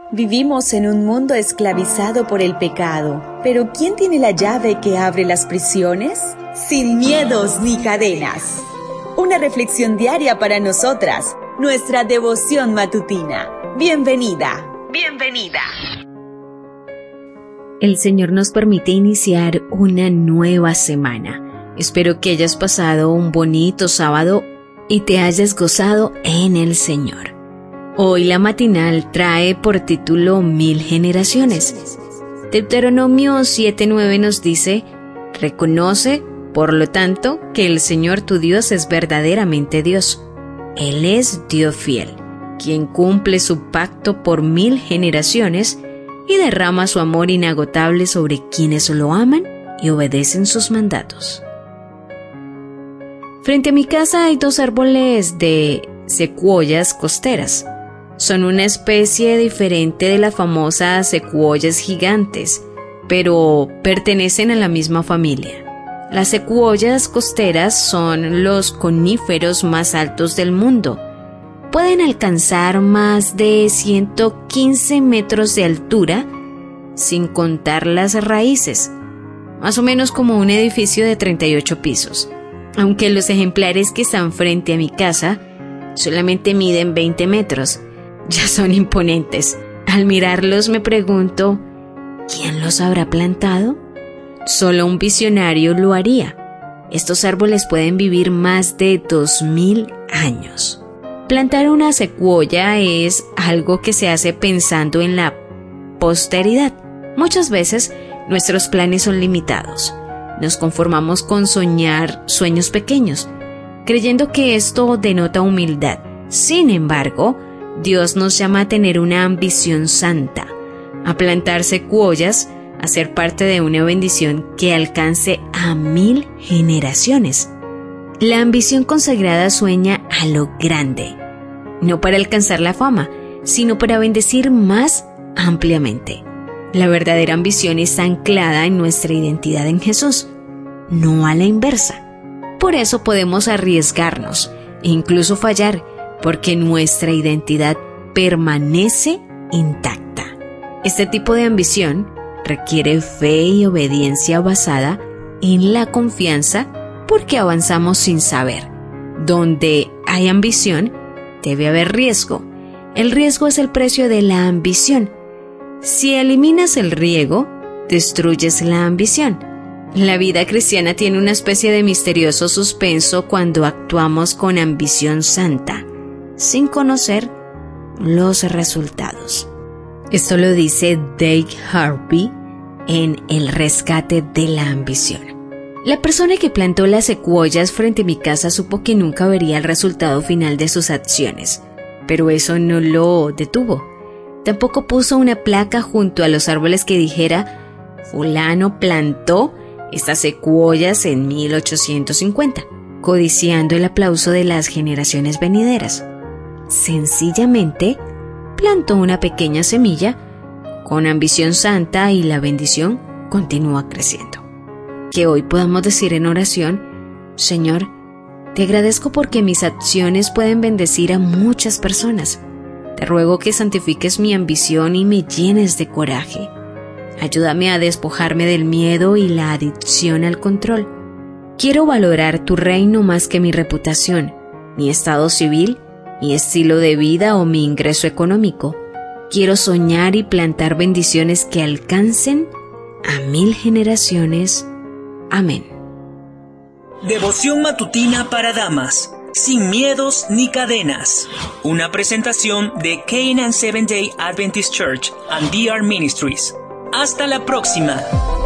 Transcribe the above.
Vivimos en un mundo esclavizado por el pecado, pero ¿quién tiene la llave que abre las prisiones? Sin miedos ni cadenas. Una reflexión diaria para nosotras, nuestra devoción matutina. Bienvenida, bienvenida. El Señor nos permite iniciar una nueva semana. Espero que hayas pasado un bonito sábado y te hayas gozado en el Señor. Hoy la matinal trae por título 1000 generaciones. Deuteronomio 7:9 nos dice: reconoce, por lo tanto, que el Señor tu Dios es verdaderamente Dios. Él es Dios fiel, quien cumple su pacto por 1000 generaciones y derrama su amor inagotable sobre quienes lo aman y obedecen sus mandatos. Frente a mi casa hay 2 árboles de secuoyas costeras. Son una especie diferente de las famosas secuoyas gigantes, pero pertenecen a la misma familia. Las secuoyas costeras son los coníferos más altos del mundo. Pueden alcanzar más de 115 metros de altura, sin contar las raíces, más o menos como un edificio de 38 pisos. Aunque los ejemplares que están frente a mi casa solamente miden 20 metros, ya son imponentes. Al mirarlos me pregunto, ¿quién los habrá plantado? Solo un visionario lo haría. Estos árboles pueden vivir más de 2000 años. Plantar una secuoya es algo que se hace pensando en la posteridad. Muchas veces nuestros planes son limitados. Nos conformamos con soñar sueños pequeños, creyendo que esto denota humildad. Sin embargo, Dios nos llama a tener una ambición santa, a plantar secuoyas, a ser parte de una bendición que alcance a 1000 generaciones. La ambición consagrada sueña a lo grande, no para alcanzar la fama, sino para bendecir más ampliamente. La verdadera ambición está anclada en nuestra identidad en Jesús, no a la inversa. Por eso podemos arriesgarnos e incluso fallar, porque nuestra identidad permanece intacta. Este tipo de ambición requiere fe y obediencia basada en la confianza, porque avanzamos sin saber. Donde hay ambición, debe haber riesgo. El riesgo es el precio de la ambición. Si eliminas el riesgo, destruyes la ambición. La vida cristiana tiene una especie de misterioso suspenso cuando actuamos con ambición santa, sin conocer los resultados. Esto lo dice Dale Harvey en El rescate de la ambición. La persona que plantó las secuoyas frente a mi casa supo que nunca vería el resultado final de sus acciones, pero eso no lo detuvo. Tampoco puso una placa junto a los árboles que dijera: fulano plantó estas secuoyas en 1850, codiciando el aplauso de las generaciones venideras. Sencillamente plantó una pequeña semilla con ambición santa y la bendición continúa creciendo. Que hoy podamos decir en oración: Señor, te agradezco porque mis acciones pueden bendecir a muchas personas. Te ruego que santifiques mi ambición y me llenes de coraje. Ayúdame a despojarme del miedo y la adicción al control. Quiero valorar tu reino más que mi reputación, mi estado civil, mi estilo de vida o mi ingreso económico. Quiero soñar y plantar bendiciones que alcancen a 1000 generaciones. Amén. Devoción matutina para damas, sin miedos ni cadenas. Una presentación de Canaan Seventh Day Adventist Church and DR Ministries. Hasta la próxima.